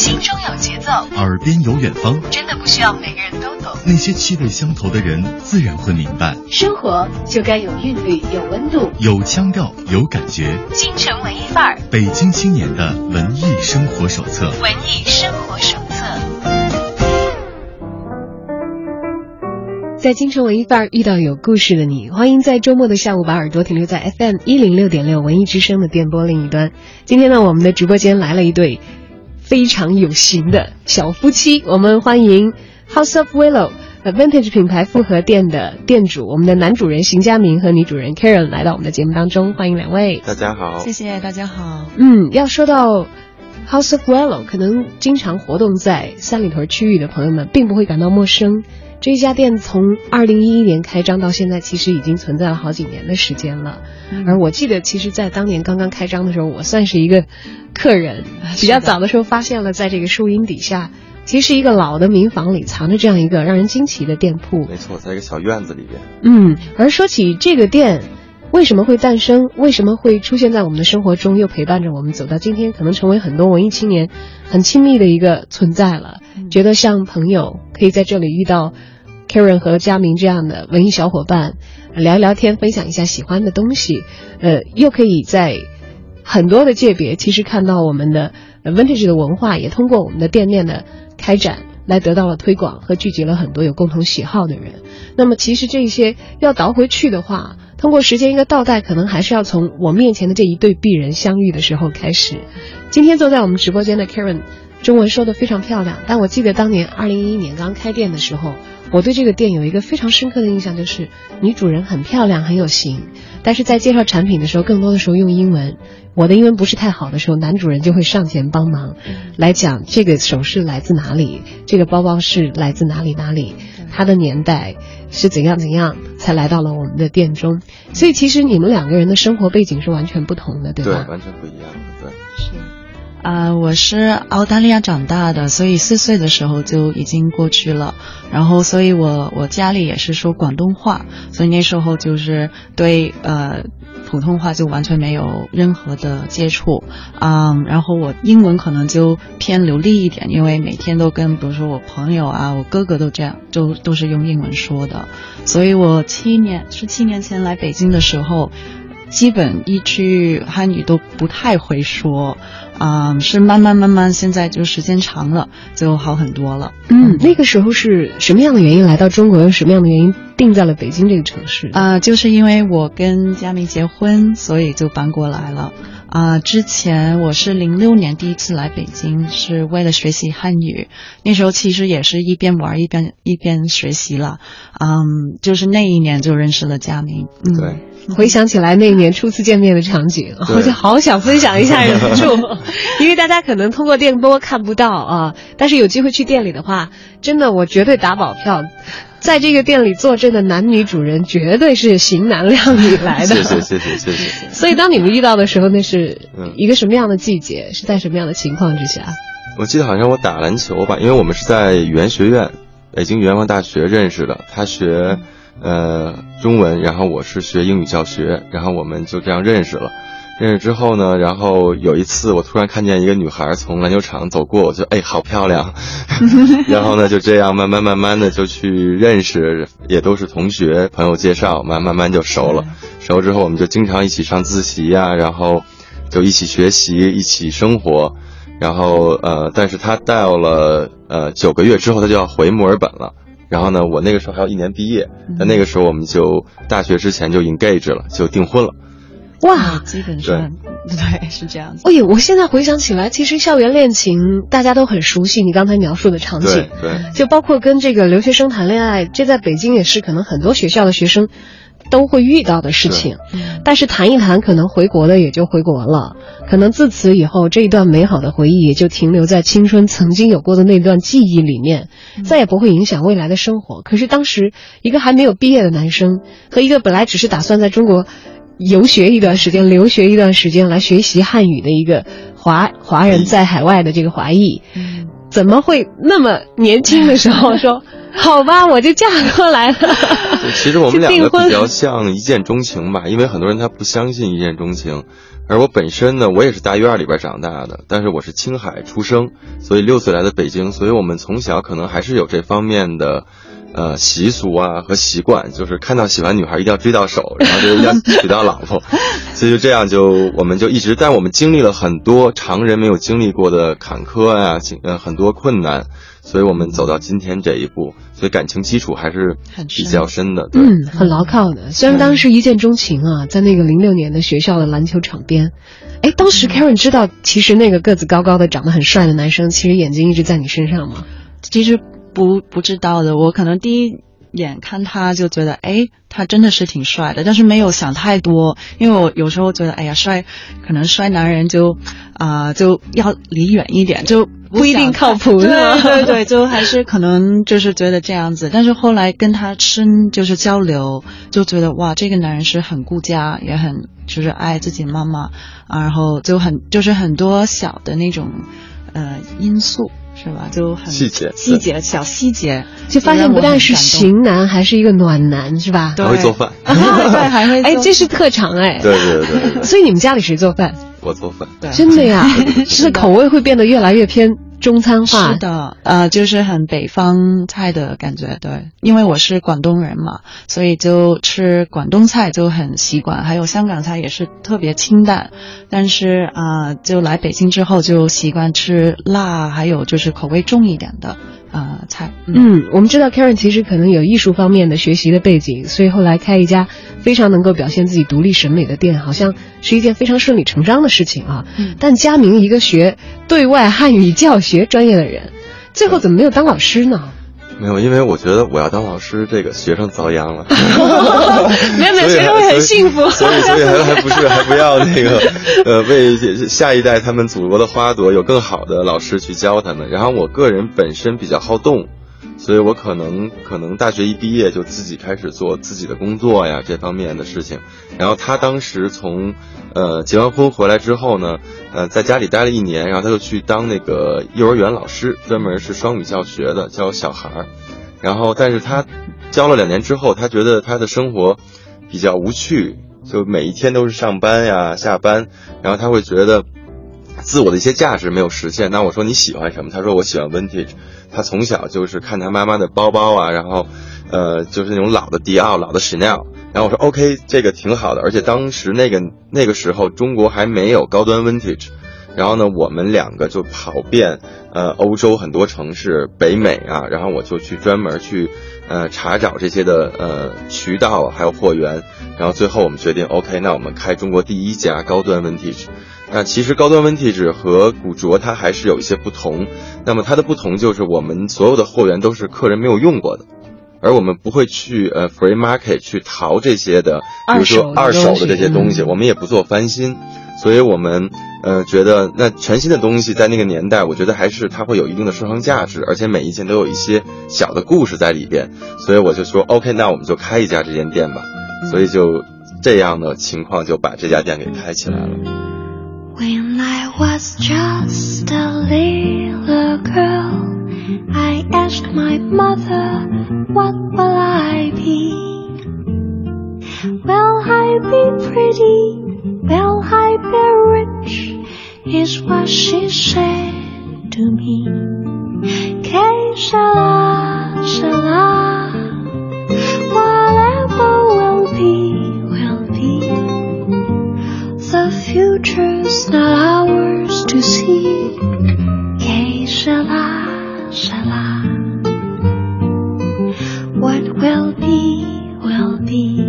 心中有节奏， 耳边有远方， 真的不需要每个人都懂。 那些气味相投的人自然会明白， 生活就该有韵律，有温度， 有腔调，有感觉。 京城文艺范儿， 北京青年的文艺生活手册。 文艺生活手册。在京城文艺范儿遇到有故事的你，欢迎在周末的下午把耳朵停留在 FM 106.6文艺之声的电波另一端。今天呢，我们的直播间来了一对非常有型的小夫妻，我们欢迎 House of Willow Vintage 品牌复合店的店主，我们的男主人邢佳明和女主人 Karen 来到我们的节目当中，欢迎两位。 大家好。 谢谢，大家好。 要说到 House of Willow， 可能经常活动在三里屯区域的朋友们并不会感到陌生。这一家店从2011年开张到现在，其实已经存在了好几年的时间了。而我记得，其实在当年刚刚开张的时候，我算是一个客人，比较早的时候发现了在这个树荫底下，其实一个老的民房里藏着这样一个让人惊奇的店铺。 没错，在一个小院子里边。 而说起这个店为什么会诞生，为什么会出现在我们的生活中，又陪伴着我们走到今天，可能成为很多文艺青年很亲密的一个存在了。觉得像朋友，可以在这里遇到 Karen 和佳明这样的文艺小伙伴，聊一聊天，分享一下喜欢的东西，又可以在很多的界别其实看到我们的 Vintage 的文化，也通过我们的店面的开展来得到了推广和聚集了很多有共同喜好的人。那么其实这些要倒回去的话，通过时间一个倒带，可能还是要从我面前的这一对璧人相遇的时候开始。今天坐在我们直播间的 Karen 中文说得非常漂亮，但我记得当年2011年刚开店的时候，我对这个店有一个非常深刻的印象，就是女主人很漂亮很有型，但是在介绍产品的时候更多的时候用英文，我的英文不是太好的时候，男主人就会上前帮忙来讲这个首饰来自哪里，这个包包是来自哪里哪里，它的年代是怎样怎样才来到了我们的店中。所以其实你们两个人的生活背景是完全不同的，对吧？ 对，完全不一样的。对， 是我是澳大利亚长大的，所以4岁的时候就已经过去了。然后，所以我家里也是说广东话，所以那时候就是对普通话就完全没有任何的接触。然后我英文可能就偏流利一点，因为每天都跟比如说我朋友啊，我哥哥都这样，都是用英文说的。所以我7年前来北京的时候，基本一句汉语都不太会说。是慢慢现在就时间长了就好很多了。 那个时候是什么样的原因来到中国，有什么样的原因定在了北京这个城市？ 就是因为我跟佳明结婚，所以就搬过来了。之前我是06年第一次来北京，是为了学习汉语，那时候其实也是一边玩一边学习了。就是那一年就认识了佳明。 对。 回想起来那一年初次见面的场景，我就好想分享一下，忍不住，因为大家可能通过电波看不到啊，但是有机会去店里的话，真的我绝对打保票，在这个店里坐镇的男女主人绝对是型男靓女来的。 谢谢。 所以当你们遇到的时候，那是一个什么样的季节，是在什么样的情况之下？ 我记得好像我打篮球吧，因为我们是在语言学院，北京语言文化大学认识的，他学中文，然后我是学英语教学，然后我们就这样认识了。认识之后呢，然后有一次我突然看见一个女孩从篮球场走过，我就好漂亮。然后呢就这样慢慢的就去认识，也都是同学朋友介绍，慢慢就熟了。熟之后我们就经常一起上自习呀，然后就一起学习，一起生活。然后但是她到了9个月之后她就要回墨尔本了。然后呢，我那个时候还有1年毕业，那个时候我们就大学之前就 engage 了，就订婚了。 哇， 基本上对是这样子。 我现在回想起来，其实校园恋情大家都很熟悉，你刚才描述的场景， 对， 就包括跟这个留学生谈恋爱，这在北京也是可能很多学校的学生都会遇到的事情。但是谈一谈，可能回国的也就回国了，可能自此以后这一段美好的回忆也就停留在青春曾经有过的那段记忆里面，再也不会影响未来的生活。可是当时一个还没有毕业的男生和一个本来只是打算在中国游学一段时间，留学一段时间来学习汉语的一个华人在海外的这个华裔，怎么会那么年轻的时候说好吧我就嫁过来了？ 其实我们两个比较像一见钟情吧，因为很多人他不相信一见钟情， 而我本身呢，我也是大院里边长大的，但是我是青海出生，所以6岁来的北京，所以我们从小可能还是有这方面的习俗啊和习惯，就是看到喜欢女孩一定要追到手，然后就要娶到老婆，所以就这样我们就一直，但我们经历了很多常人没有经历过的坎坷呀，很多困难，所以我们走到今天这一步，所以感情基础还是比较深的，对， 很牢靠的。虽然当时一见钟情啊，在那个06年的学校的篮球场边，哎，当时 Karen 知道其实那个个子高高的长得很帅的男生其实眼睛一直在你身上吗？ 其实不知道的，我可能第一眼看他就觉得，哎，他真的是挺帅的，但是没有想太多，因为我有时候觉得，哎呀，可能帅男人就要离远一点，就不一定靠谱， 对，就还是可能就是觉得这样子。但是后来跟他就是交流，就觉得哇，这个男人是很顾家，也很就是爱自己妈妈，然后就是很多小的那种因素。是吧？就很小细节， 就发现不但是型男，还是一个暖男，是吧？ 还会做饭， 对，还会哎，这是特长哎。 对。 所以你们家里谁做饭？ 我做饭。 真的呀？是口味会变得越来越偏中餐化。 是的，就是很北方菜的感觉，对。因为我是广东人嘛，所以就吃广东菜就很习惯，还有香港菜也是特别清淡。但是就来北京之后就习惯吃辣，还有就是口味重一点的菜。 我们知道 Karen 其实可能有艺术方面的学习的背景，所以后来开一家非常能够表现自己独立审美的店，好像是一件非常顺理成章的事情啊。但佳明一个学对外汉语教学专业的人，最后怎么没有当老师呢？ 没有，因为我觉得我要当老师，这个学生遭殃了。 没有，学生会很幸福。 所以还不要那个为下一代他们祖国的花朵有更好的老师去教他们。然后我个人本身比较好动，所以我可能大学一毕业就自己开始做自己的工作呀，这方面的事情。然后他当时从结完婚回来之后呢，在家里待了1年，然后他就去当那个幼儿园老师，专门是双语教学的，教小孩儿。然后但是他教了2年之后，他觉得他的生活比较无趣，就每一天都是上班呀下班，然后他会觉得自我的一些价值没有实现。那我说你喜欢什么？他说我喜欢 vintage。他从小就是看他妈妈的包包啊，然后就是那种老的迪奥、老的 Chanel。然后我说 OK， 这个挺好的，而且当时那个时候中国还没有高端 vintage。然后呢，我们2个就跑遍欧洲很多城市，北美啊，然后我就去专门去查找这些的渠道还有货源，然后最后我们决定 OK， 那我们开中国第1家高端 vintage。那其实高端 vintage 和古着它还是有一些不同，那么它的不同就是我们所有的货源都是客人没有用过的，而我们不会去free market 去淘这些的，比如说二手的这些东西，我们也不做翻新。所以我们觉得那全新的东西在那个年代，我觉得还是它会有一定的收藏价值，而且每一件都有一些小的故事在里边。所以我就说 OK， 那我们就开一家这间店吧。所以就这样的情况就把这家店给开起来了。 When I was just a little girl, I asked my mother, what will I be? Will I be pretty? Will I be rich? Is what she said to me. Que shala, shala, whatever will be, will be. The future's not ours to see. Que shala, shala, what will be, will be.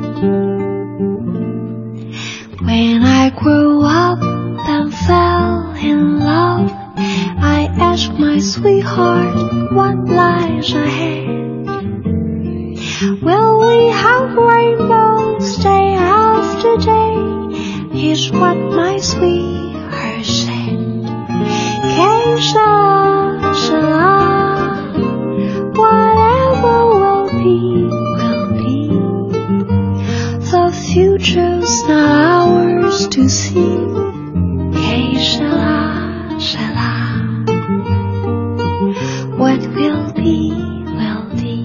When I grew up and fell in love, I asked my sweetheart what lies ahead. Will we have rainbows day after day? Is what my sweetheart said. Que shala, shala, whatever will be, will be. The future's not ours to see. Que shala, shala, what will be, will be.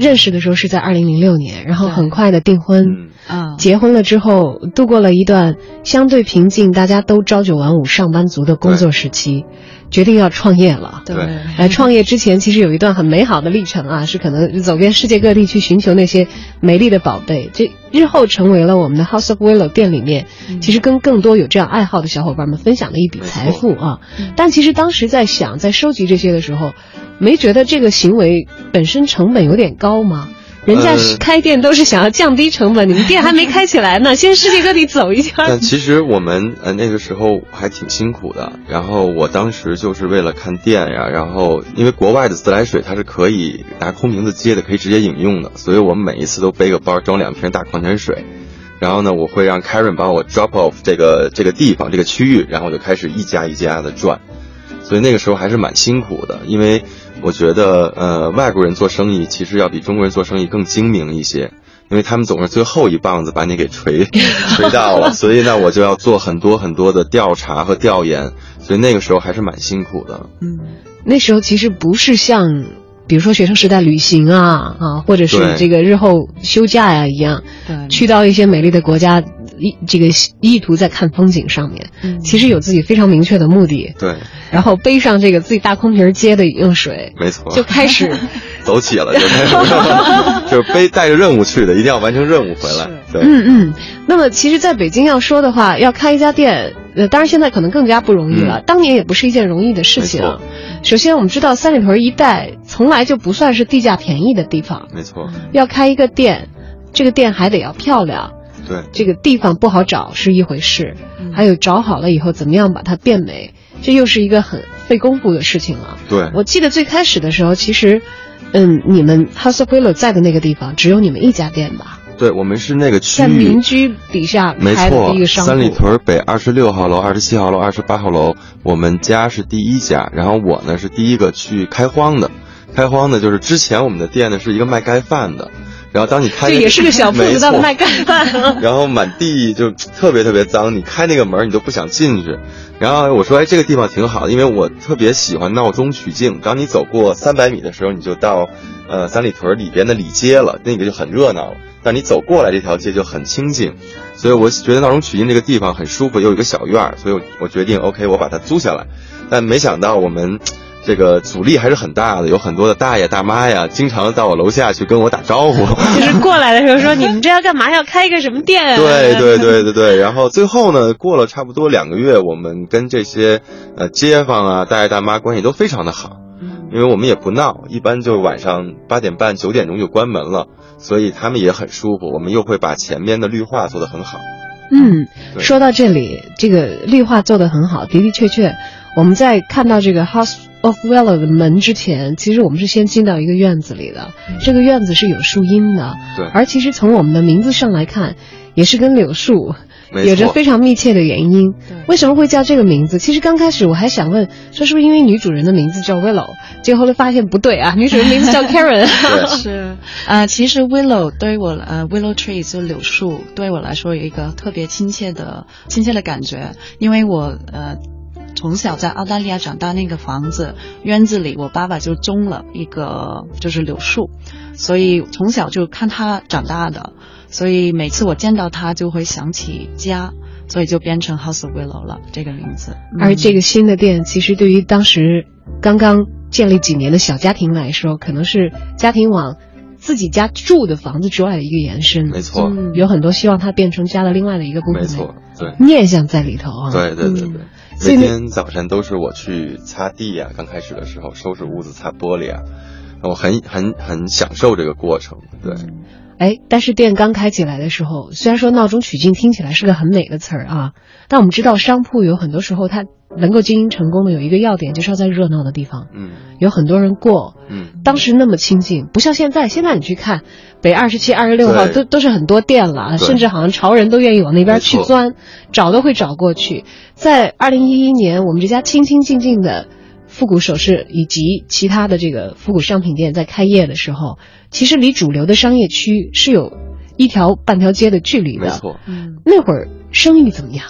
认识的时候是在2006年，然后很快的订婚。结婚了之后，度过了一段相对平静，大家都朝九晚五上班族的工作时期，决定要创业了。 对， 创业之前其实有一段很美好的历程啊，是可能走遍世界各地去寻求那些美丽的宝贝，这日后成为了我们的 House of Willow 店里面，其实跟更多有这样爱好的小伙伴们分享的一笔财富啊。但其实当时在想，在收集这些的时候，没觉得这个行为本身成本有点高吗？人家开店都是想要降低成本，你们店还没开起来呢，先世界各地走一圈。 但其实我们那个时候还挺辛苦的，然后我当时就是为了看店呀，然后因为国外的自来水它是可以拿空瓶子接的，可以直接饮用的，所以我们每一次都背个包装2瓶大矿泉水，然后呢我会让 Karen 帮我 drop off 这个地方这个区域，然后我就开始一家一家的转，所以那个时候还是蛮辛苦的，因为我觉得外国人做生意其实要比中国人做生意更精明一些，因为他们总是最后一棒子把你给锤到了，所以呢我就要做很多很多的调查和调研，所以那个时候还是蛮辛苦的。 那时候其实不是像比如说学生时代旅行啊，或者是这个日后休假呀一样，去到一些美丽的国家，这个意图在看风景上面，其实有自己非常明确的目的。 对， 然后背上这个自己大空瓶接的饮用水， 没错， 就开始走起了，就是带着任务去的，一定要完成任务回来。对， 那么其实在北京要说的话，要开一家店，当然现在可能更加不容易了，当年也不是一件容易的事情。首先我们知道三里屯一带从来就不算是地价便宜的地方， 没错， 要开一个店，这个店还得要漂亮， 对， 这个地方不好找是一回事，还有找好了以后怎么样把它变美，这又是一个很费功夫的事情了。 对， 我记得最开始的时候，其实你们 House of Willow 在的那个地方只有你们一家店吧？ 对，我们是那个区域， 在民居底下开的第一个商铺。 三里屯北26号楼、27号楼、28号楼，我们家是第一家，然后我呢是第一个去开荒的。开荒的就是之前我们的店呢是一个卖盖饭的，然后当你开这也是个小铺子到卖盖饭， 然后满地就特别特别脏，你开那个门你都不想进去。然后我说这个地方挺好的，因为我特别喜欢闹中取静。当你走过300米的时候，你就到三里屯里边的里街了，那个就很热闹了。但你走过来这条街就很清静，所以我觉得闹中取静这个地方很舒服，又有一个小院，所以我决定 OK 我把它租下来。但没想到我们这个阻力还是很大的，有很多的大爷大妈呀，经常到我楼下去跟我打招呼， 就是过来的时候说你们这要干嘛，要开一个什么店啊？ 对。然后最后呢，过了差不多2个月，我们跟这些街坊啊、大爷大妈关系都非常的好，因为我们也不闹，一般就晚上8点半、9点钟就关门了，所以他们也很舒服。我们又会把前面的绿化做得很好。 说到这里，这个绿化做得很好，的的确确，我们在看到这个 House of Willow 的门之前，其实我们是先进到一个院子里的，这个院子是有树荫的， 对， 而其实从我们的名字上来看，也是跟柳树有着非常密切的原因。为什么会叫这个名字？其实刚开始我还想问，说是不是因为女主人的名字叫 Willow， 结果后来发现不对啊，女主人名字叫 Karen。 是其实 Willow 对我Willow Tree 就柳树对我来说有一个特别亲切的感觉，因为我从小在澳大利亚长大，那个房子院子里我爸爸就种了一个就是柳树，所以从小就看他长大的，所以每次我见到他就会想起家，所以就变成 House of Willow 了这个名字。 而这个新的店其实对于当时刚刚建立几年的小家庭来说，可能是家庭往自己家住的房子之外的一个延伸。 没错， 有很多希望它变成家的另外的一个部分。 没错，对， 念想在里头啊。 对。每天早晨都是我去擦地啊，刚开始的时候收拾屋子、擦玻璃啊，我很享受这个过程。对。 但是店刚开起来的时候，虽然说闹中取静听起来是个很美的词儿啊，但我们知道商铺有很多时候它能够经营成功的有一个要点，就是要在热闹的地方，有很多人过，当时那么清静，不像现在你去看北27、26号都是很多店了，甚至好像潮人都愿意往那边去钻，找都会找过去。在2011年，我们这家清清静静的复古首饰以及其他的这个复古商品店在开业的时候，其实离主流的商业区是有半条街的距离的。 没错。 那会儿生意怎么样？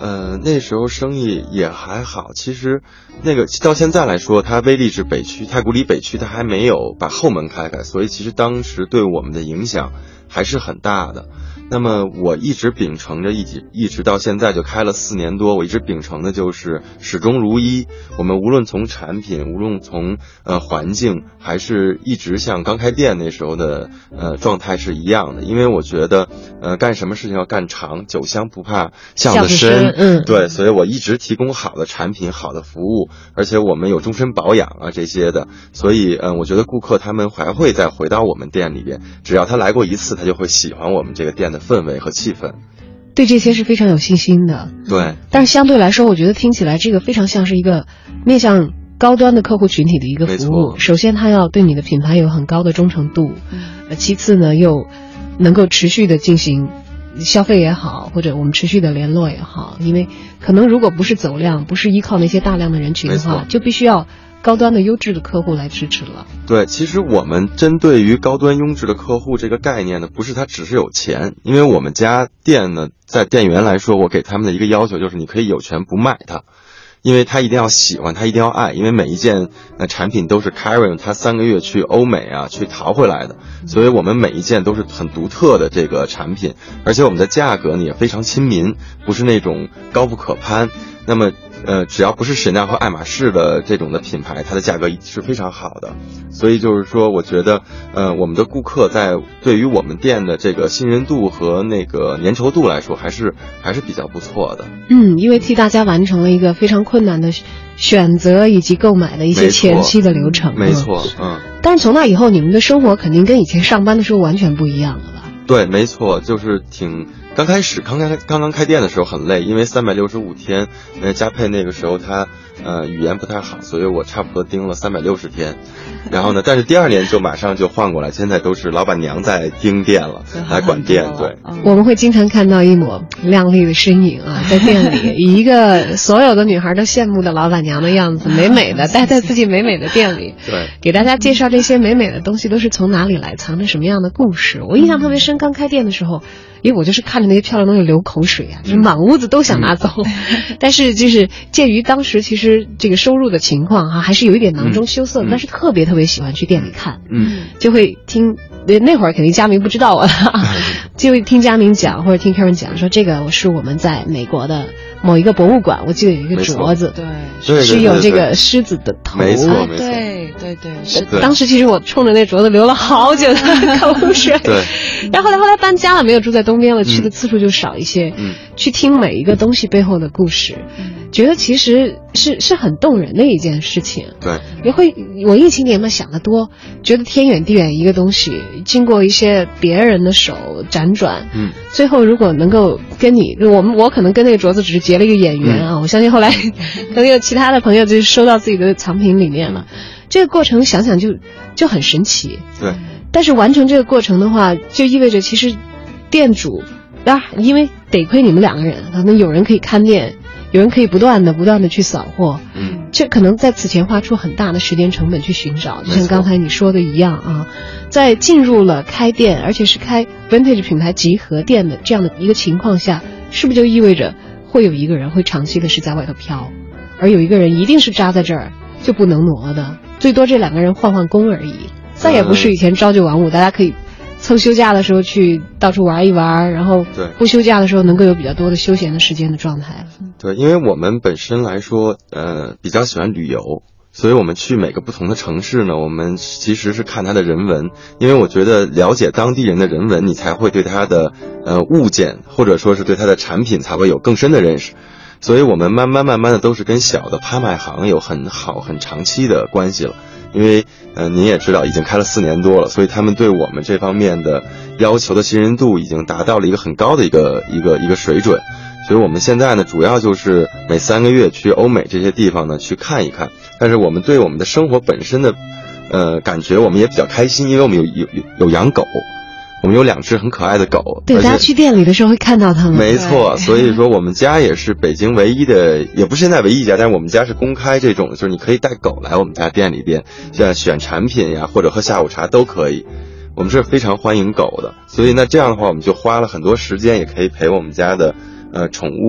那时候生意也还好，其实那个到现在来说，它威丽市北区、太古里北区，它还没有把后门开开，所以其实当时对我们的影响还是很大的。那么我一直秉承着一直到现在就开了4年多，我一直秉承的就是始终如一。我们无论从产品，无论从环境，还是一直像刚开店那时候的状态是一样的。因为我觉得干什么事情要干长，酒香不怕巷子深，对，所以我一直提供好的产品、好的服务，而且我们有终身保养啊这些的，所以我觉得顾客他们还会再回到我们店里边，只要他来过一次，他就会喜欢我们这个店的氛围和气氛。 对这些是非常有信心的。 对， 但是相对来说，我觉得听起来这个非常像是一个面向高端的客户群体的一个服务。首先，他要对你的品牌有很高的忠诚度，其次呢，又能够持续的进行消费也好，或者我们持续的联络也好，因为可能如果不是走量，不是依靠那些大量的人群的话，就必须要高端的优质的客户来支持了。 对，其实我们针对于高端优质的客户这个概念呢，不是他只是有钱，因为我们家店呢，在店员来说，我给他们的一个要求就是你可以有权不卖它，因为他一定要喜欢，他一定要爱，因为每一件产品都是 Karen 他3个月去欧美啊去淘回来的，所以我们每一件都是很独特的这个产品，而且我们的价格呢也非常亲民，不是那种高不可攀。那么只要不是沈奈和爱马仕的这种的品牌，它的价格是非常好的。所以就是说，我觉得我们的顾客在对于我们店的这个信任度和那个粘稠度来说，还是比较不错的。 因为替大家完成了一个非常困难的选择以及购买的一些前期的流程。 没错， 但是从那以后，你们的生活肯定跟以前上班的时候完全不一样了吧？ 对，没错，就是刚刚开店的时候很累，因为365天，佳佩那个时候她语言不太好，所以我差不多盯了360天。然后呢，但是第2年就马上就换过来，现在都是老板娘在盯店了，来管店。对， 我们会经常看到一抹亮丽的身影啊，在店里以一个所有的女孩都羡慕的老板娘的样子，美美的待在自己美美的店里， 对， 给大家介绍这些美美的东西都是从哪里来，藏着什么样的故事。我印象特别深，刚开店的时候，因为我就是看着那些漂亮东西流口水啊，就是满屋子都想拿走。但是就是鉴于当时其实这个收入的情况还是有一点囊中羞涩，但是特别喜欢去店里看，就会听。那会儿肯定佳明不知道啊，就会听佳明讲或者听 Karen 讲说，这个是我们在美国的某一个博物馆，我记得有一个镯子， 对， 是有这个狮子的头， 没错， 对，是的。 当时其实我冲着那镯子流了好久的口水， 对。 然后后来搬家了，没有住在东边了，去的次数就少一些，去听每一个东西背后的故事，觉得其实是很动人的一件事情。 对， 文艺青年嘛想得多，觉得天远地远一个东西，经过一些别人的手辗转，最后如果能够跟你，我可能跟那个镯子只是结了一个眼缘啊，我相信后来可能有其他的朋友就是收到自己的藏品里面了，这个过程想想就很神奇。 对， 但是完成这个过程的话，就意味着其实店主因为得亏你们2个人，可能有人可以看店，有人可以不断的去扫货，这可能在此前花出很大的时间成本去寻找，就像刚才你说的一样啊，在进入了开店，而且是开 vintage 品牌集合店的这样的一个情况下，是不是就意味着会有一个人会长期的是在外头飘，而有一个人一定是扎在这儿就不能挪的，最多这2个人换工而已，再也不是以前朝九晚五，大家可以凑休假的时候去到处玩一玩，然后不休假的时候能够有比较多的休闲的时间的状态。 对，因为我们本身来说比较喜欢旅游，所以我们去每个不同的城市呢，我们其实是看它的人文，因为我觉得了解当地人的人文，你才会对它的物件或者说是对它的产品才会有更深的认识。所以我们慢慢的都是跟小的拍卖行有很长期的关系了。因为您也知道已经开了4年多了，所以他们对我们这方面的要求的信任度已经达到了一个很高的一个水准。所以我们现在呢，主要就是每3个月去欧美这些地方呢去看一看，但是我们对我们的生活本身的感觉我们也比较开心，因为我们有养狗，我们有2只很可爱的狗。 对，大家去店里的时候会看到它们。 没错，所以说我们家也是北京唯一的，也不是现在唯一一家，但是我们家是公开这种，就是你可以带狗来我们家店里边，像选产品呀，或者喝下午茶都可以。我们是非常欢迎狗的，所以那这样的话，我们就花了很多时间，也可以陪我们家的宠物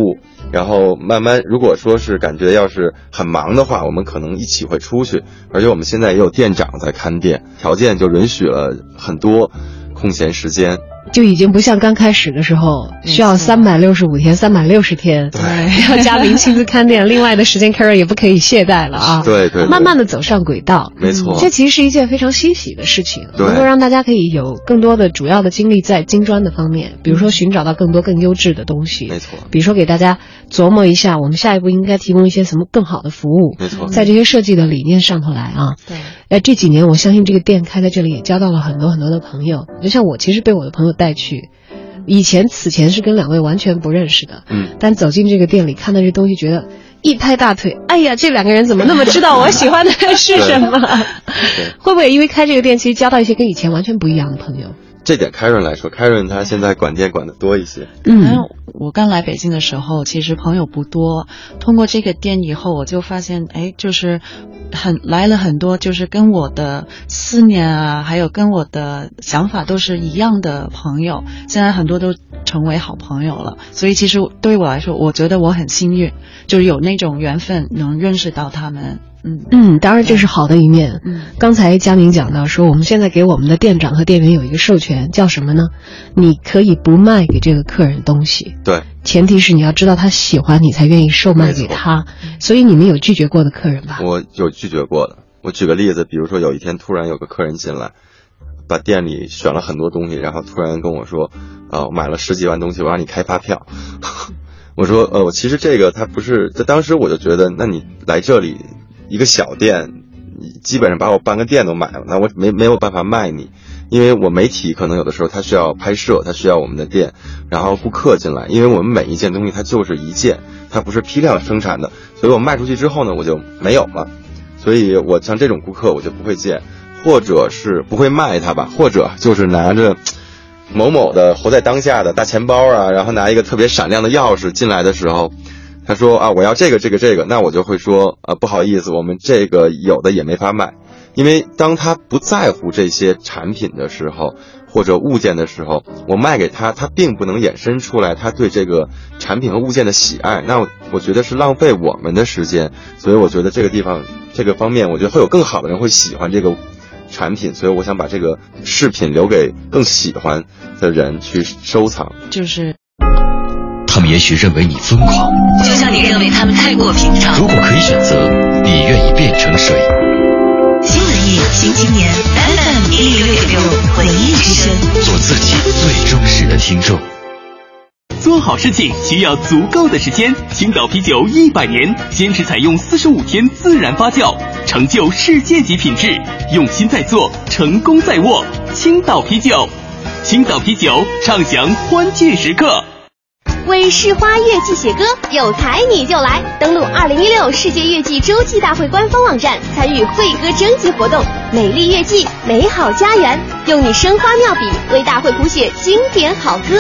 然后慢慢，如果说是感觉要是很忙的话，我们可能一起会出去。而且我们现在也有店长在看店，条件就允许了很多空闲时间。 就已经不像刚开始的时候需要365天360天， 对， 要嘉宾亲自看店，另外的时间 Karen 也不可以懈怠了啊。 对， 慢慢的走上轨道， 没错。 这其实是一件非常欣喜的事情， 对， 能够让大家可以有更多的主要的精力在精专的方面，比如说寻找到更多更优质的东西， 没错。 比如说给大家琢磨一下，我们下一步应该提供一些什么更好的服务， 没错， 在这些设计的理念上头来啊。 对， 这几年我相信这个店开在这里也交到了很多很多的朋友，就像我其实被我的朋友带去。此前是跟2位完全不认识的，但走进这个店里看到这东西，觉得一拍大腿，哎呀，这2个人怎么那么知道我喜欢的是什么？会不会因为开这个店，其实交到一些跟以前完全不一样的朋友？ 这点Karen来说，Karen他现在管店管得多一些。 我刚来北京的时候，其实朋友不多。通过这个店以后，我就发现，就是来了很多，就是跟我的思念啊，还有跟我的想法都是一样的朋友。现在很多都成为好朋友了，所以其实对于我来说，我觉得我很幸运，就是有那种缘分能认识到他们。 当然这是好的一面。刚才佳明讲到说，我们现在给我们的店长和店员有一个授权，叫什么呢？你可以不卖给这个客人东西， 对， 前提是你要知道他喜欢你才愿意售卖给他。所以你们有拒绝过的客人吧？ 我有拒绝过的。我举个例子，比如说有一天突然有个客人进来，把店里选了很多东西，然后突然跟我说，我买了10几万东西，我让你开发票。我说，其实这个他不是，在当时我就觉得，那你来这里一个小店，基本上把我半个店都买了，那我没有办法卖你，因为我媒体可能有的时候他需要拍摄，他需要我们的店，然后顾客进来，因为我们每一件东西它就是一件，它不是批量生产的，所以我卖出去之后呢，我就没有了，所以我像这种顾客我就不会见，或者是不会卖它吧，或者就是拿着某某的活在当下的大钱包啊，然后拿一个特别闪亮的钥匙进来的时候，他说我要这个，那我就会说不好意思，我们这个有的也没法卖。因为当他不在乎这些产品的时候，或者物件的时候，我卖给他，他并不能衍生出来他对这个产品和物件的喜爱，那我觉得是浪费我们的时间。所以我觉得这个方面，我觉得会有更好的人会喜欢这个产品，所以我想把这个饰品留给更喜欢的人去收藏。 就是他们也许认为你疯狂， 就像你认为他们太过平常。 如果可以选择，你愿意变成谁？ 新文艺新青年 FM 106.6文艺之声， 做自己最忠实的听众。 做好事情需要足够的时间。青岛啤酒100年，坚持采用45天自然发酵，成就世界级品质，用心在做，成功在握。青岛啤酒，青岛啤酒畅享欢聚时刻。 为市花月季写歌，有才你就来！登录2016世界月季洲际大会官方网站，参与会歌征集活动。美丽月季，美好家园，用你生花妙笔为大会谱写经典好歌。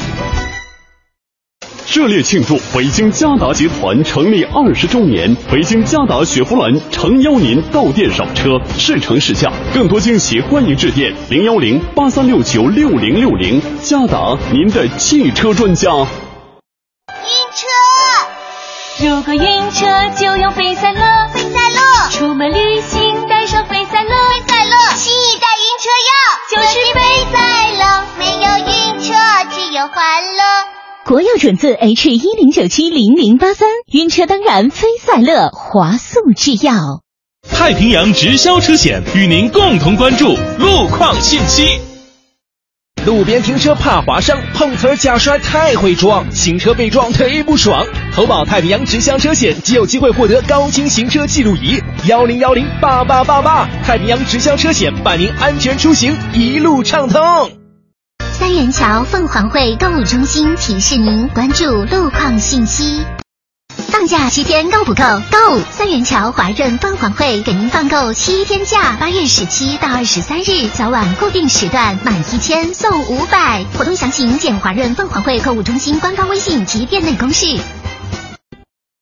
热烈庆祝北京嘉达集团成立20周年，北京嘉达雪佛兰诚邀您到店赏车，试乘试驾，更多惊喜欢迎致电010-8369-6060。嘉达，您的汽车专家。 晕车，如果晕车就用费赛乐，费赛乐，出门旅行带上费赛乐，费赛乐，新一代晕车药就是费赛乐，没有晕车只有欢乐。 国药准字 H10970083，晕车当然费赛乐，华速制药。 太平洋直销车险与您共同关注路况信息。 路边停车怕划伤，碰瓷假摔太会装，新车被撞忒不爽。投保太平洋直销车险即有机会获得高清行车记录仪，10108888，太平洋直销车险伴您安全出行，一路畅通。 三元桥凤凰汇购物中心提示您关注路况信息。放假7天够不够？够！三元桥华润凤凰汇给您放够7天假，8月17到23日早晚固定时段，满1000送500。活动详情见华润凤凰汇购物中心官方微信及店内公示。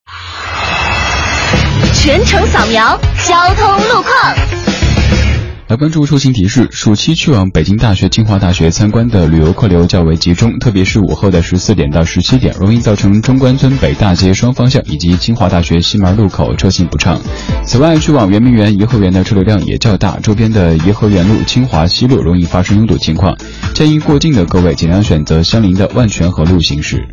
全程扫描交通路况。 来关注出行提示，暑期去往北京大学、清华大学参观的旅游客流较为集中，特别是午后的14点到17点，容易造成中关村北大街双方向以及清华大学西门路口车行不畅。此外，去往圆明园、颐和园的车流量也较大，周边的颐和园路、清华西路容易发生拥堵情况，建议过境的各位尽量选择相邻的万泉河路行驶。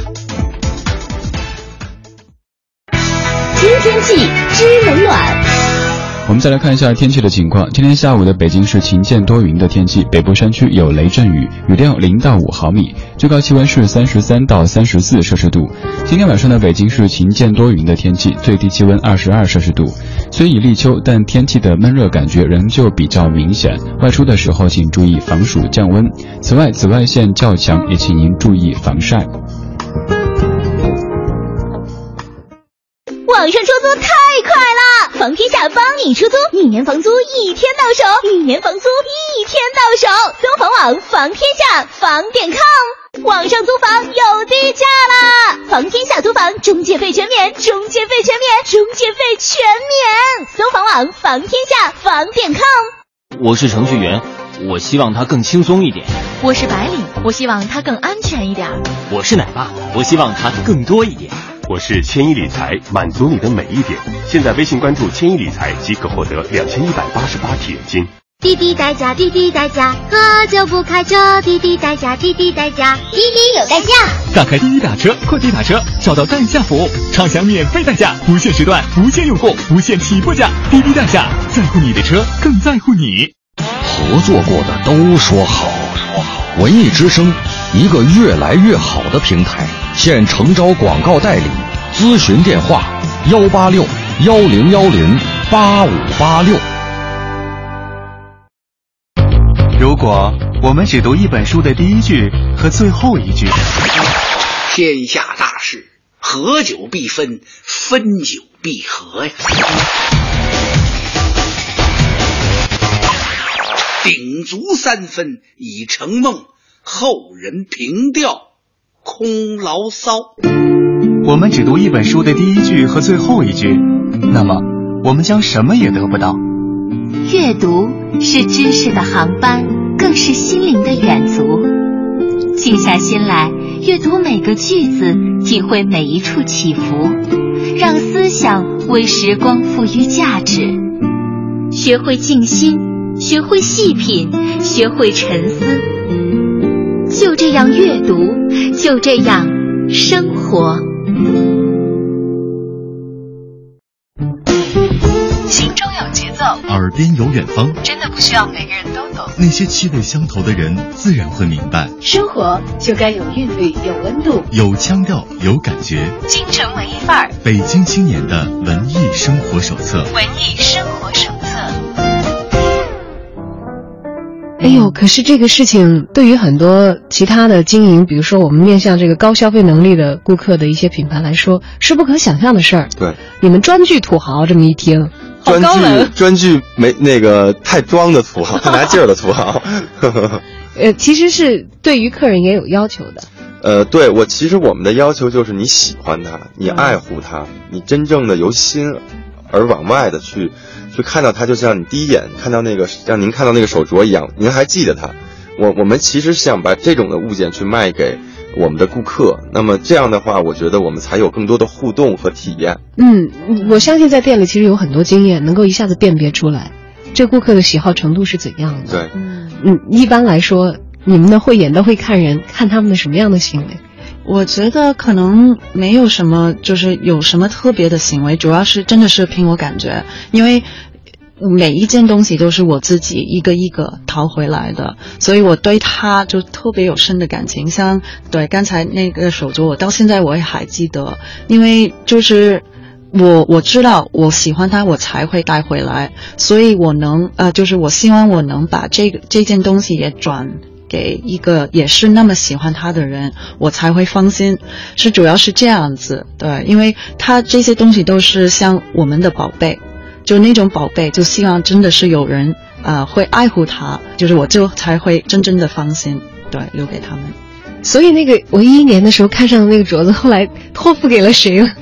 知天气，知冷暖。 我们再来看一下天气的情况。今天下午的北京是晴间多云的天气，北部山区有雷阵雨，雨量0到5毫米，最高气温是33到34摄氏度。今天晚上的北京是晴间多云的天气，最低气温22摄氏度。虽已立秋，但天气的闷热感觉仍旧比较明显，外出的时候请注意防暑降温。此外，紫外线较强，也请您注意防晒。 网上出租太快了，房天下帮你出租，1年房租1天到手，1年房租1天到手。搜房网房天下房点 com， 网上租房有低价啦！房天下租房中介费全免，中介费全免，中介费全免。搜房网房天下房点 com。 我是程序员，我希望它更轻松一点。 我是白领，我希望它更安全一点。 我是奶爸，我希望它更多一点。 我是千亿理财，满足你的每一点。现在微信关注千亿理财即可获得2188体验金。 滴滴代驾，滴滴代驾，喝酒不开车，滴滴代驾，滴滴代驾，滴滴有代驾。 打开滴滴打车，快滴打车，找到代驾服务，畅享免费代驾，无限时段，无限用户，无限起步价。滴滴代驾，在乎你的车，更在乎你。 合作过的都说好，文艺之声，一个越来越好的平台。现诚招广告代理，咨询电话186-1010-8586。 如果我们只读一本书的第一句和最后一句， 天下大事，合久必分，分久必合呀。鼎足3分已成梦，后人凭吊空牢骚。 我们只读一本书的第一句和最后一句，那么我们将什么也得不到。 阅读是知识的航班，更是心灵的远足。静下心来，阅读每个句子，体会每一处起伏，让思想为时光赋予价值。学会静心，学会细品，学会沉思。就这样阅读，就这样生活。 心中有节奏， 耳边有远方， 真的不需要每个人都懂。 那些气味相投的人自然会明白， 生活就该有韵律，有温度， 有腔调，有感觉。 京城文艺范儿， 北京青年的文艺生活手册。 文艺生活手册。 哎呦，可是这个事情对于很多其他的经营，比如说我们面向这个高消费能力的顾客的一些品牌来说，是不可想象的事儿。 对， 你们专具土豪，这么一听，好高冷。 专具没那个太装的土豪，太拿劲儿的土豪。 其实是对于客人也有要求的。 对，其实我们的要求就是你喜欢它，你爱护它，你真正的由心而往外的去看到它，就像你第一眼看到那个，让您看到那个手镯一样，您还记得它。我们其实是想把这种的物件去卖给我们的顾客，那么这样的话，我觉得我们才有更多的互动和体验。 我相信在店里其实有很多经验，能够一下子辨别出来这顾客的喜好程度是怎样的。 对， 一般来说，你们的慧眼都会看人，看他们的什么样的行为？ 我觉得可能没有什么，就是有什么特别的行为，主要是真的是凭我感觉，因为每一件东西都是我自己一个一个淘回来的，所以我对它就特别有深的感情。像对刚才那个手镯，我到现在我也还记得，因为就是我知道我喜欢它，我才会带回来，所以我能就是我希望我能把这件东西也转给一个也是那么喜欢他的人，我才会放心，是主要是这样子。对，因为他这些东西都是像我们的宝贝，就那种宝贝，就希望真的是有人会爱护他，就是我就才会真正的放心，对，留给他们。 所以那个我11年的时候看上的那个镯子，后来托付给了谁了？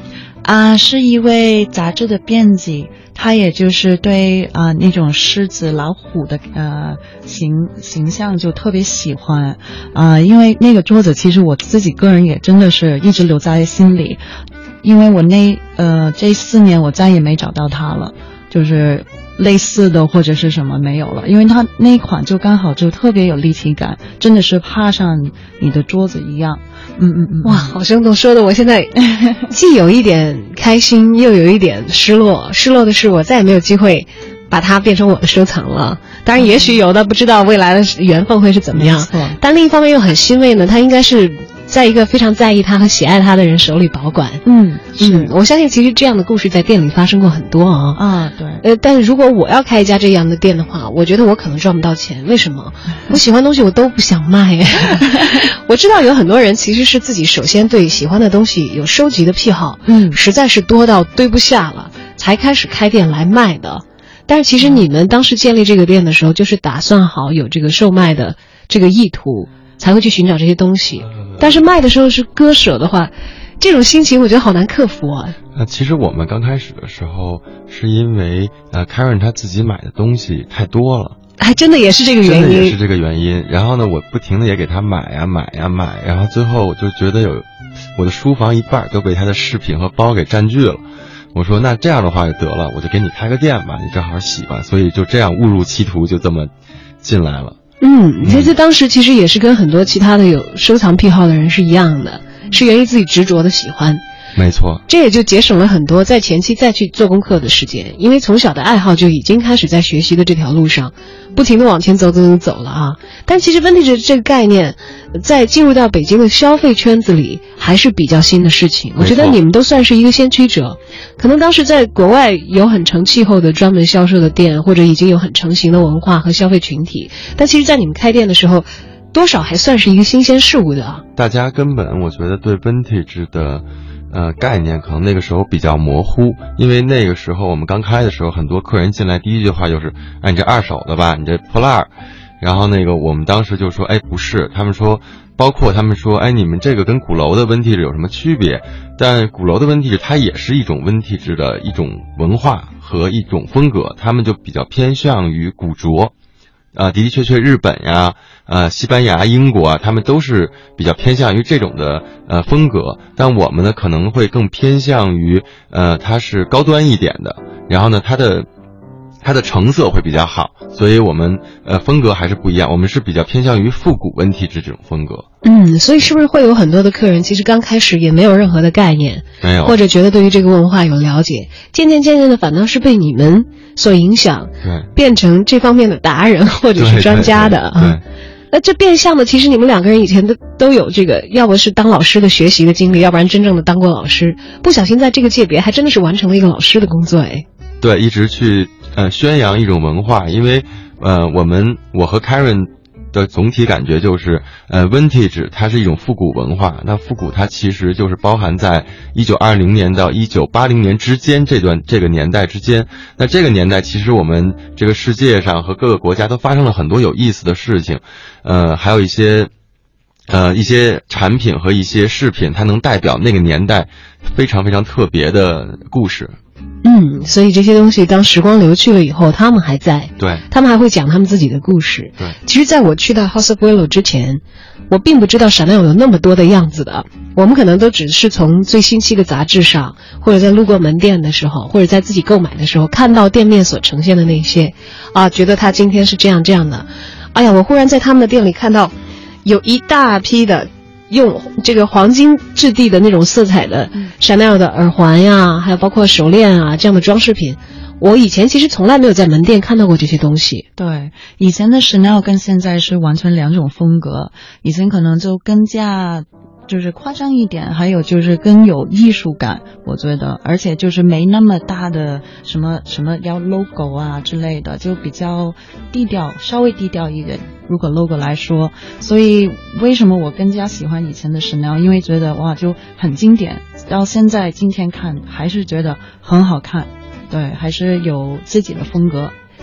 是一位杂志的编辑，他也就是对那种狮子老虎的形象就特别喜欢因为那个桌子其实我自己个人也真的是一直留在心里，因为我这4年我再也没找到它了，就是类似的或者是什么没有了，因为它那一款就刚好就特别有立体感，真的是趴上你的桌子一样。 哇，好生动，说的我现在既有一点开心又有一点失落。失落的是我再也没有机会把它变成我的收藏了，当然也许有的不知道未来的缘分会是怎么样，但另一方面又很欣慰呢，它应该是在一个非常在意它和喜爱它的人手里保管。我相信其实这样的故事在店里发生过很多对。 但是如果我要开一家这样的店的话，我觉得我可能赚不到钱。为什么？我喜欢东西我都不想卖我知道有很多人其实是自己首先对喜欢的东西有收集的癖好，实在是多到堆不下了，才开始开店来卖的。但是其实你们当时建立这个店的时候，就是打算好有这个售卖的这个意图，才会去寻找这些东西。但是卖的时候是割舍的话，这种心情我觉得好难克服啊。 其实我们刚开始的时候是因为Karen 他自己买的东西太多了， 还真的也是这个原因。 真的也是这个原因。然后呢，我不停的也给他买呀，然后最后我就觉得我的书房一半都被他的饰品和包给占据了。我说那这样的话就得了，我就给你开个店吧，你正好喜欢，所以就这样误入歧途，就这么进来了。 其实当时其实也是跟很多其他的有收藏癖好的人是一样的，是源于自己执着的喜欢。 没错， 这也就节省了很多在前期再去做功课的时间，因为从小的爱好就已经开始在学习的这条路上不停地往前走了啊。但其实 vintage 这个概念在进入到北京的消费圈子里还是比较新的事情，我觉得你们都算是一个先驱者。可能当时在国外有很成气候的专门销售的店，或者已经有很成型的文化和消费群体，但其实在你们开店的时候多少还算是一个新鲜事物的啊。 大家根本我觉得对 vintage 的概念可能那个时候比较模糊，因为那个时候我们刚开的时候，很多客人进来第一句话就是你这二手的吧，你这破烂儿。然后我们当时就说不是，他们说包括他们说你们这个跟鼓楼的 vintage 有什么区别？但鼓楼的 vintage 它也是一种 vintage 的一种文化和一种风格，他们就比较偏向于古着。的确日本呀西班牙英国啊，他们都是比较偏向于这种的风格，但我们呢可能会更偏向于它是高端一点的，然后呢它的成色会比较好，所以我们风格还是不一样，我们是比较偏向于复古vintage这种风格。 所以是不是会有很多的客人其实刚开始也没有任何的概念， 没有， 或者觉得对于这个文化有了解，渐渐的反倒是被你们所影响， 对， 变成这方面的达人或者是专家的。 对。 那这变相的，其实你们两个人以前都有这个，要不是当老师的学习的经历，要不然真正的当过老师，不小心在这个界别还真的是完成了一个老师的工作。 对，一直去宣扬一种文化，因为我和 Karen 的总体感觉就是vintage 它是一种复古文化，那复古它其实就是包含在1920年到1980年之间这个年代之间。那这个年代其实我们这个世界上和各个国家都发生了很多有意思的事情，还有一些产品和一些饰品，它能代表那个年代非常非常特别的故事。 所以这些东西当时光流去了以后，他们还在， 对， 他们还会讲他们自己的故事。 对， 其实在我去到 House of Willow 之前，我并不知道Chanel有那么多的样子的，我们可能都只是从最新期的杂志上，或者在路过门店的时候，或者在自己购买的时候看到店面所呈现的那些觉得他今天是这样的。我忽然在他们的店里看到有一大批的用这个黄金质地的那种色彩的 Chanel 的耳环呀，还有包括手链啊这样的装饰品，我以前其实从来没有在门店看到过这些东西。 对，以前的 Chanel 跟现在是完全两种风格，以前可能就更加就是夸张一点，还有就是更有艺术感，我觉得，而且就是没那么大的什么要 logo 啊之类的，就比较低调，稍微低调一点，如果 logo 来说。所以为什么我更加喜欢以前的 Chanel， 因为觉得就很经典，到现在今天看还是觉得很好看，对，还是有自己的风格。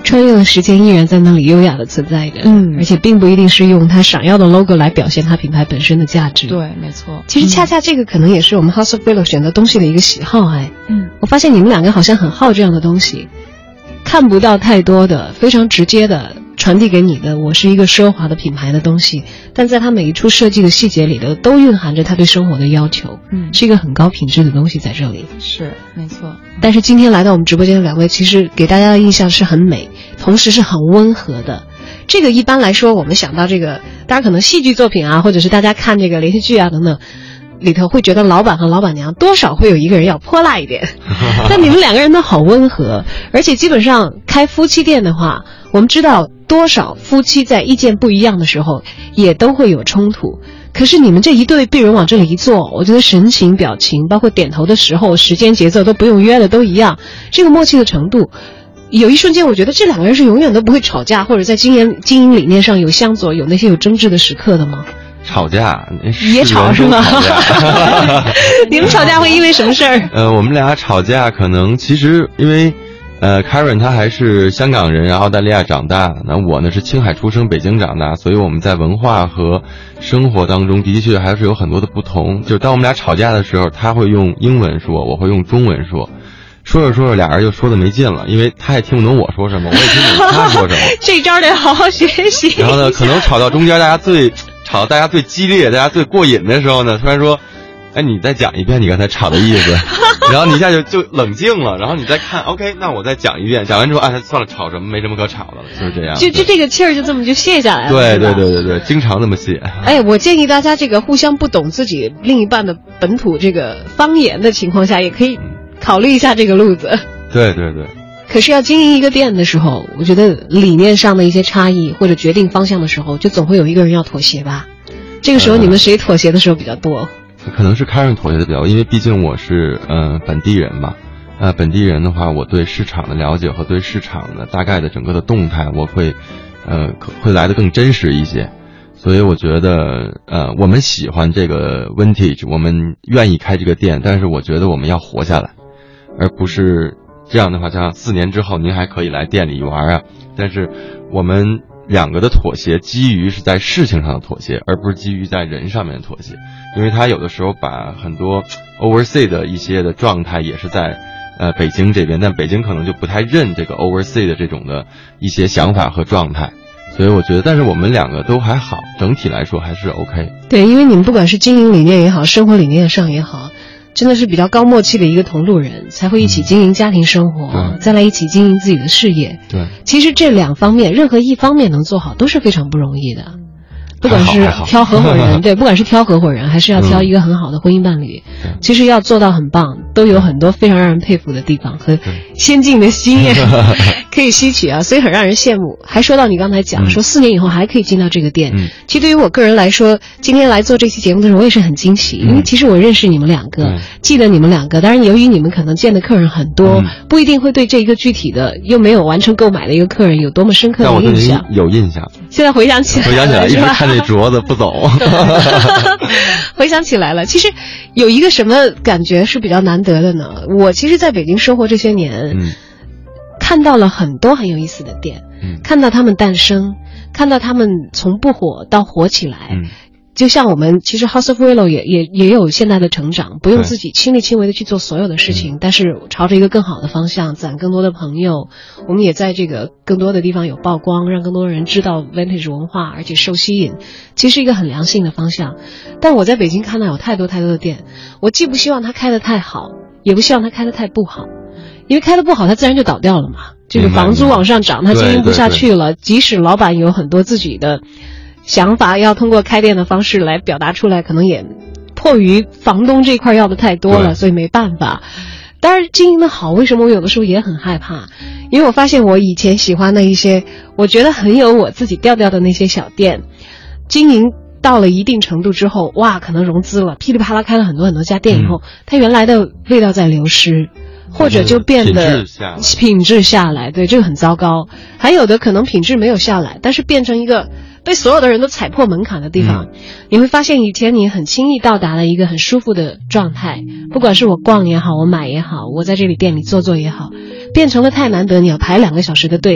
穿越了时间依然在那里优雅的存在着，而且并不一定是用它闪耀的 logo 来表现它品牌本身的价值。 对，没错。 其实恰恰这个可能也是我们 House of Willow 选择东西的一个喜好。我发现你们两个好像很好这样的东西，看不到太多的非常直接的传递给你的我是一个奢华的品牌的东西，但在它每一处设计的细节里的都蕴含着它对生活的要求，是一个很高品质的东西在这里。 是，没错。 但是今天来到我们直播间的两位，其实给大家的印象是很美，同时是很温和的。这个一般来说我们想到这个，大家可能戏剧作品啊，或者是大家看这个连续剧啊等等里头会觉得老板和老板娘多少会有一个人要泼辣一点，但你们两个人都好温和，而且基本上开夫妻店的话，我们知道多少夫妻在意见不一样的时候也都会有冲突，可是你们这一对病人往这里一坐，我觉得神情表情包括点头的时候时间节奏都不用约的都一样，这个默契的程度有一瞬间我觉得这两个人是永远都不会吵架，或者在经营理念上有相左有那些有争执的时刻的吗？ 吵架也吵是吗？你们吵架会因为什么事儿？ 我们俩吵架可能其实因为Karen 他还是香港人，然后澳大利亚长大，那我呢是青海出生北京长大，所以我们在文化和生活当中的确还是有很多的不同。就是当我们俩吵架的时候，他会用英文说，我会用中文说，说着说着俩人就说的没劲了，因为他也听不懂我说什么，我也听不懂他说什么。 这招得好好学习。 然后呢，可能吵到中间吵到大家最激烈大家最过瘾的时候呢，突然说哎，你再讲一遍你刚才吵的意思，然后你一下就冷静了，然后你再看 OK 那我再讲一遍，讲完之后哎算了，吵什么没什么可吵的了，就是这样， 就这个气儿就这么就卸下来了。 对，经常那么卸。 哎，我建议大家这个互相不懂自己另一半的本土这个方言的情况下，也可以考虑一下这个路子。 对。 可是要经营一个店的时候，我觉得理念上的一些差异或者决定方向的时候，就总会有一个人要妥协吧。这个时候你们谁妥协的时候比较多？ 可能是Karen妥协的比较多，因为毕竟我是本地人嘛。本地人的话，我对市场的了解和对市场的大概的整个的动态，我会来得更真实一些。所以我觉得我们喜欢这个 vintage， 我们愿意开这个店，但是我觉得我们要活下来，而不是这样的话，像4年之后您还可以来店里玩啊。但是我们两个的妥协基于是在事情上的妥协，而不是基于在人上面的妥协，因为他有的时候把很多 oversea 的一些的状态也是在北京这边，但北京可能就不太认这个 oversea 的这种的一些想法和状态，所以我觉得但是我们两个都还好，整体来说还是 OK。 对，因为你们不管是经营理念也好，生活理念上也好，真的是比较高默契的一个同路人，才会一起经营家庭生活，再来一起经营自己的事业。 对， 其实这两方面，任何一方面能做好都是非常不容易的。不管是挑合伙人，对，不管是挑合伙人，还是要挑一个很好的婚姻伴侣，其实要做到很棒，都有很多非常让人佩服的地方和先进的经验可以吸取啊，所以很让人羡慕。还说到你刚才讲说4年以后还可以进到这个店，其实对于我个人来说，今天来做这期节目的时候，我也是很惊喜，因为其实我认识你们两个，记得你们两个，当然由于你们可能见的客人很多，不一定会对这一个具体的又没有完成购买的一个客人有多么深刻的印象。 有印象， 现在回想起来一直看那镯子不走回想起来了，其实有一个什么感觉是比较难得的呢？我其实在北京生活这些年，看到了很多很有意思的店，看到他们诞生，看到他们从不火到火起来，就像我们其实 House of Willow 也有现在的成长，不用自己亲力亲为的去做所有的事情，但是朝着一个更好的方向，攒更多的朋友，我们也在这个更多的地方有曝光，让更多人知道 vintage 文化，而且受吸引，其实是一个很良性的方向。但我在北京看到有太多的店，我既不希望它开得太好，也不希望它开得太不好，因为开得不好它自然就倒掉了嘛，这个房租往上涨，它经营不下去了，即使老板有很多自己的想法要通过开店的方式来表达出来，可能也迫于房东这块要的太多了，所以没办法。当然经营的好，为什么我有的时候也很害怕？因为我发现我以前喜欢的一些我觉得很有我自己调调的那些小店，经营到了一定程度之后，哇，可能融资了，噼里啪啦开了很多家店以后，它原来的味道在流失，或者就变得品质下来，对，这个很糟糕。还有的可能品质没有下来，但是变成一个被所有的人都踩破门槛的地方，你会发现以前你很轻易到达了一个很舒服的状态，不管是我逛也好，我买也好，我在这里店里坐也好，变成了太难得，你要排2个小时的队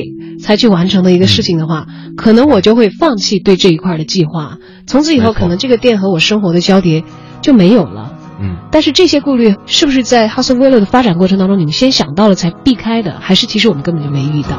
才去完成的一个事情的话，可能我就会放弃对这一块的计划，从此以后可能这个店和我生活的交叠就没有了。但是这些顾虑是不是在 House of Willow 的发展过程当中，你们先想到了才避开的，还是其实我们根本就没遇到？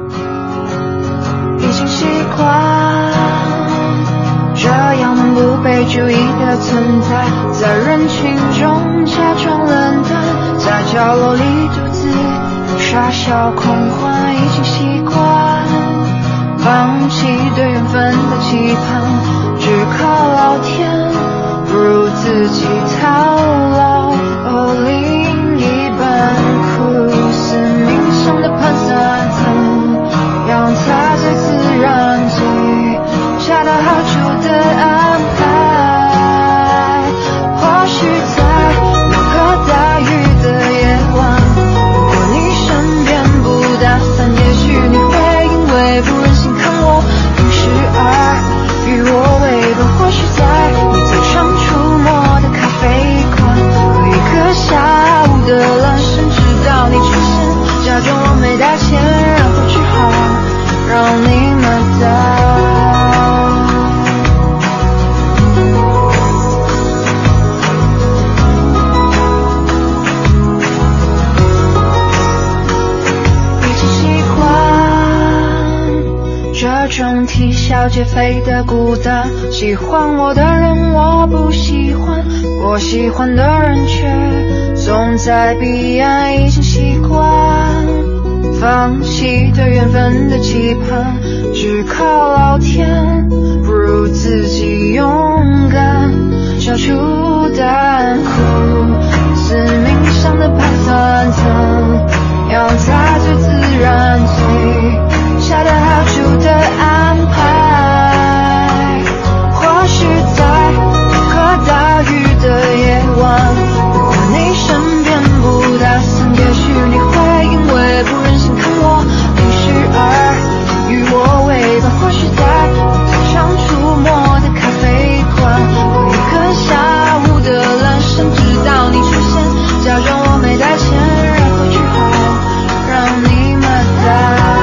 已经习惯这样不被注意的存在，在人群中假装冷淡，在角落里独自傻笑狂欢，已经习惯放弃对缘分的期盼，只靠老天不如自己套牢。另一半苦思冥想的盘算层，让它最自然最恰到好处的安排。或许在某个大雨的夜晚，如果你身边不打伞，也许你会因为不忍心看我淋湿而与我为伴。或许在你最常出没的咖啡馆，喝一个下午的阑珊，直到你出现，假装我没带钱，然后只好让你买单。这种啼笑皆非的孤单，喜欢我的人我不喜欢，我喜欢的人却总在彼岸，已经习惯放弃对缘分的期盼，只靠老天不如自己勇敢，消除淡苦思冥想的盘算层，让它最自然最恰到好处的安排。或许在和大雨的夜晚，如果你身边不打伞，也许你会因为不忍心看我淋湿而与我为伴。或许在最常出没的咖啡馆，喝一个下午的阑珊，直到你出现，假装我没带钱，然后只好让你买单。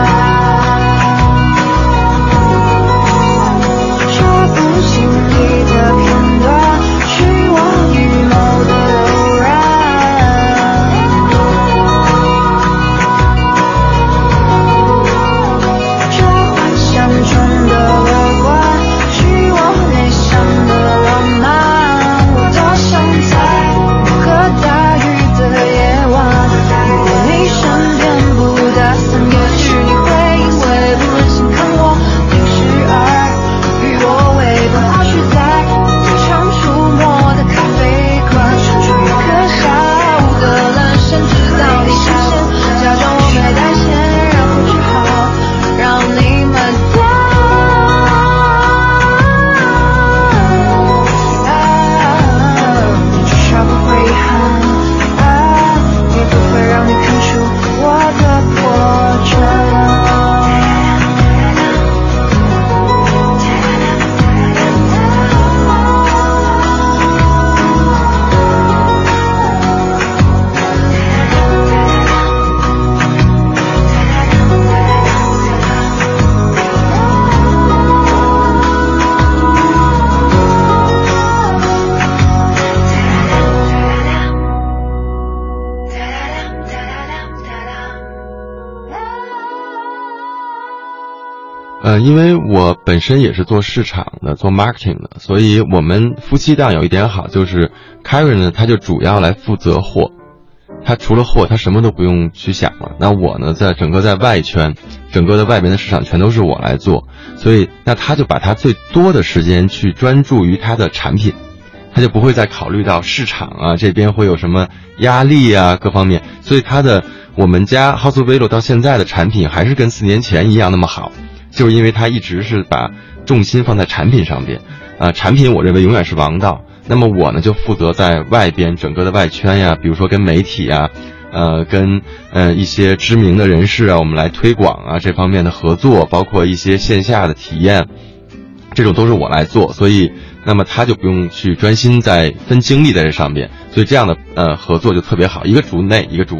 因为我本身也是做市场的，做 marketing 的，所以我们夫妻档有一点好，就是 Karen 呢，他就主要来负责货，他除了货，他什么都不用去想了。那我呢，在外圈，整个的外边的市场全都是我来做，所以那他就把他最多的时间去专注于他的产品，他就不会再考虑到市场啊这边会有什么压力啊各方面，所以我们家 House of Willow 到现在的产品还是跟4年前一样那么好。就是因为他一直是把重心放在产品上边，产品我认为永远是王道。那么我呢就负责在外边整个的外圈呀，比如说跟媒体啊，跟一些知名的人士啊，我们来推广啊这方面的合作，包括一些线下的体验，这种都是我来做。所以那么他就不用去专心在分精力在这上边，所以这样的合作就特别好，一个主内一个主外。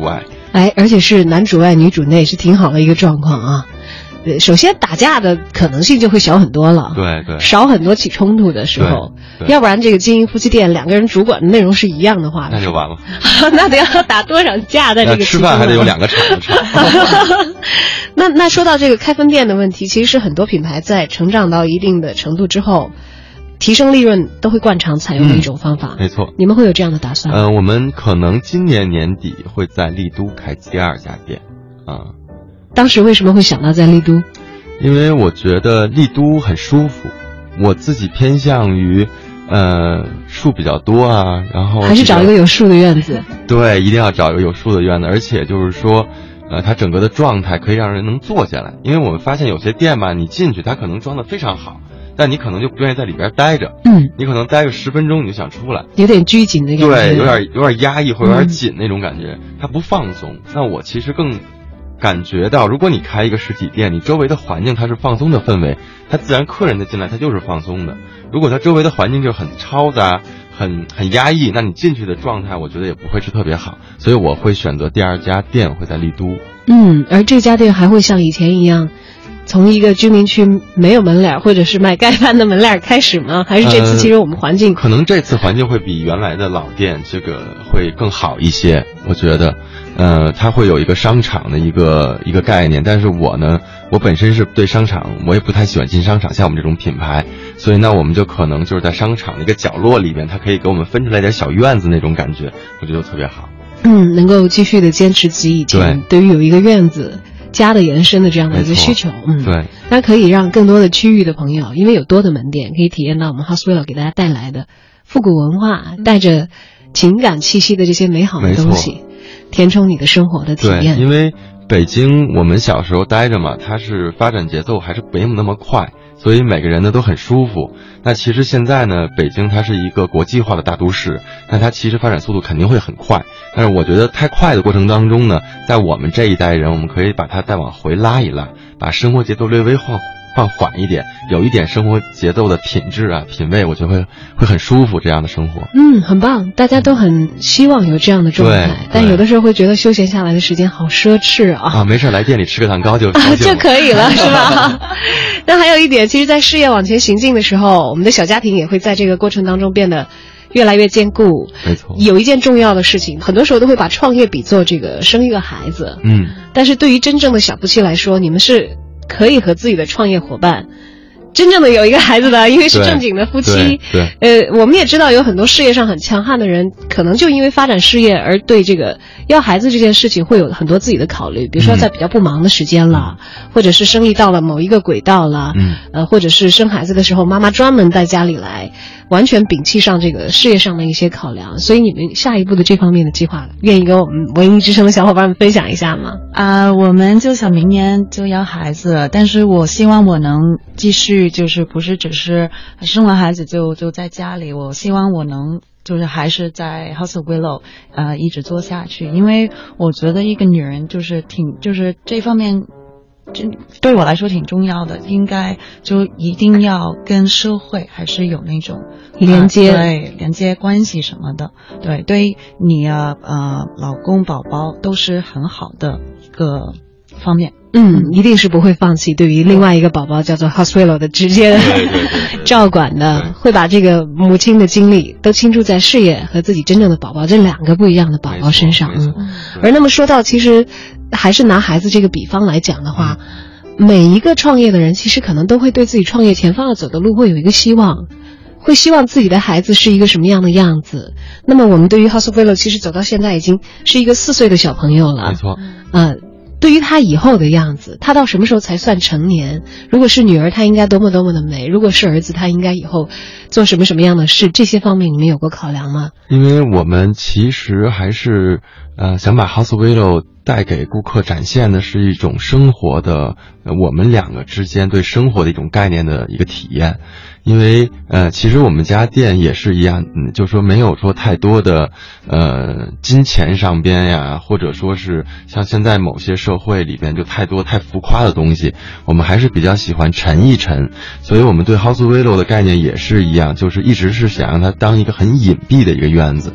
哎，而且是男主外女主内，是挺好的一个状况啊。首先打架的可能性就会小很多了， 对对， 少很多起冲突的时候，要不然这个经营夫妻店两个人主管的内容是一样的话， 那就完了。 那得要打多少架在这个吃饭还得有2个场子那说到这个开分店的问题，其实是很多品牌在成长到一定的程度之后，提升利润都会惯常采用的一种方法。 没错， 你们会有这样的打算？ 我们可能今年年底会在丽都开第2家店啊。 当时为什么会想到在丽都？ 因为我觉得丽都很舒服，我自己偏向于树比较多啊，然后还是找一个有树的院子。 对，一定要找一个有树的院子，而且就是说它整个的状态可以让人能坐下来。因为我们发现有些店吧，你进去它可能装得非常好，但你可能就不愿意在里边待着，你可能待个10分钟你就想出来， 有点拘谨的感觉， 对，有点压抑或者有点紧那种感觉，它不放松。那我其实更感觉到，如果你开一个实体店，你周围的环境它是放松的氛围，它自然客人的进来它就是放松的。如果它周围的环境就很嘈杂、很压抑，那你进去的状态我觉得也不会是特别好。所以我会选择第2家店会在丽都。 而这家店还会像以前一样，从一个居民区没有门脸或者是卖盖饭的门脸开始吗？还是这次其实我们环境可能这次环境会比原来的老店这个会更好一些，我觉得。它会有一个商场的一个概念，但是我本身是对商场，我也不太喜欢进商场，像我们这种品牌，所以呢，我们就可能就是在商场的一个角落里边，它可以给我们分出来点小院子那种感觉，我觉得特别好。 能够继续的坚持自己以前对于有一个院子家的延伸的这样的一个需求， 对， 那可以让更多的区域的朋友，因为有多的门店，可以体验到我们 Housewillow 给大家带来的复古文化，带着情感气息的这些美好的东西。填充你的生活的体验。 对，因为北京我们小时候待着嘛，它是发展节奏还是没有那么快，所以每个人呢都很舒服。那其实现在呢，北京它是一个国际化的大都市，那它其实发展速度肯定会很快。但是我觉得太快的过程当中呢，在我们这一代人，我们可以把它再往回拉一拉，把生活节奏略微放缓一点，有一点生活节奏的品质啊、品味，我觉得会很舒服这样的生活。 很棒，大家都很希望有这样的状态，但有的时候会觉得休闲下来的时间好奢侈啊。 没事，来店里吃个蛋糕就就可以了，是吧？那还有一点，其实在事业往前行进的时候，我们的小家庭也会在这个过程当中变得越来越坚固。 没错， 有一件重要的事情，很多时候都会把创业比作这个生一个孩子。但是对于真正的小夫妻来说，你们是可以和自己的创业伙伴真正的有一个孩子的，因为是正经的夫妻。我们也知道有很多事业上很强悍的人，可能就因为发展事业而对这个要孩子这件事情会有很多自己的考虑，比如说在比较不忙的时间了，或者是生意到了某一个轨道了，或者是生孩子的时候妈妈专门在家里来，完全摒弃上这个事业上的一些考量。所以你们下一步的这方面的计划，愿意跟我们文艺之声的小伙伴们分享一下吗？ 我们就想明年就要孩子，但是我希望我能继续，就是不是只是生完孩子就在家里，我希望我能就是还是在 Housewillow 一直做下去，因为我觉得一个女人就是这方面对我来说挺重要的，应该就一定要跟社会还是有那种连接， 对，连接关系什么的，对你老公宝宝都是很好的一个方面。 一定是不会放弃对于另外一个宝宝叫做 Housewillow 的直接的照管的，会把这个母亲的精力都倾注在事业和自己真正的宝宝这两个不一样的宝宝身上。而那么说到，其实还是拿孩子这个比方来讲的话，每一个创业的人其实可能都会对自己创业前方要走的路会有一个希望，会希望自己的孩子是一个什么样的样子。那么我们对于 Housewillow 其实走到现在已经是一个4岁的小朋友了。 没错。 对于他以后的样子，他到什么时候才算成年？如果是女儿，她应该多么多么的美；如果是儿子，他应该以后做什么什么样的事？这些方面你们有过考量吗？ 因为我们其实还是想把 Housewillow 带给顾客展现的是一种生活的我们两个之间对生活的一种概念的一个体验。因为其实我们家店也是一样，就是说没有说太多的金钱上边呀，或者说是像现在某些社会里边就太多太浮夸的东西，我们还是比较喜欢沉一沉。所以我们对 Housewillow 的概念也是一样，就是一直是想让它当一个很隐蔽的一个院子。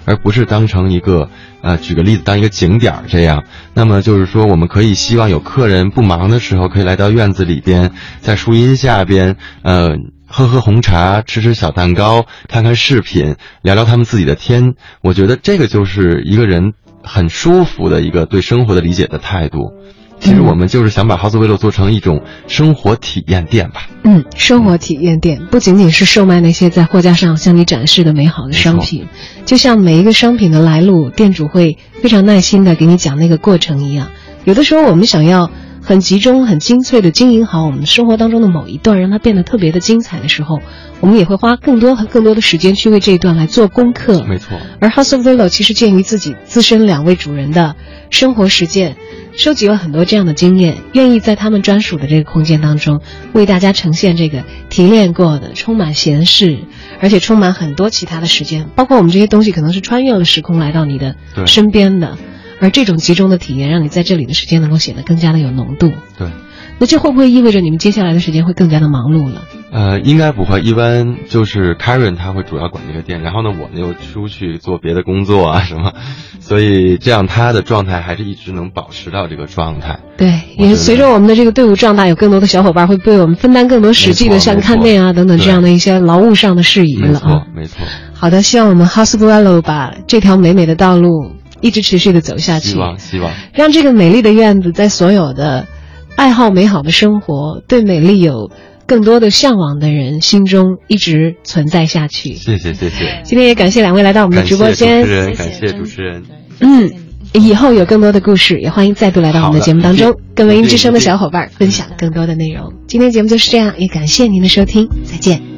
而不是当成一个举个例子当一个景点这样。那么就是说我们可以希望有客人不忙的时候可以来到院子里边，在树荫下边喝喝红茶，吃吃小蛋糕，看看视频，聊聊他们自己的天。我觉得这个就是一个人很舒服的一个对生活的理解的态度。其实我们就是想把 House of Willow 做成一种生活体验店吧。 生活体验店不仅仅是售卖那些在货架上向你展示的美好的商品，就像每一个商品的来路，店主会非常耐心的给你讲那个过程一样。有的时候我们想要很集中很精粹的经营好我们生活当中的某一段，让它变得特别的精彩的时候，我们也会花更多的时间去为这一段来做功课。 没错。 而 House of Willow 其实鉴于自己自身2位主人的生活实践，收集了很多这样的经验，愿意在他们专属的这个空间当中为大家呈现这个提炼过的充满闲适而且充满很多其他的时间，包括我们这些东西可能是穿越了时空来到你的身边的，而这种集中的体验让你在这里的时间能够显得更加的有浓度。 对。 那这会不会意味着你们接下来的时间会更加的忙碌了？ 应该不会，一般就是 Karen 他会主要管这个店，然后呢我呢又出去做别的工作啊什么，所以这样他的状态还是一直能保持到这个状态。 对，也随着我们的这个队伍壮大，有更多的小伙伴会为我们分担更多实际的像看店啊等等这样的一些劳务上的事宜了啊。 没错。 好的，希望我们 House of Willow 把这条美美的道路一直持续的走下去， 希望让这个美丽的院子在所有的爱好美好的生活，对美丽有更多的向往的人心中一直存在下去。 谢谢。 今天也感谢2位来到我们的直播间， 感谢主持人。 以后有更多的故事，也欢迎再度来到我们的节目当中，跟文艺之声的小伙伴分享更多的内容。今天节目就是这样，也感谢您的收听，再见。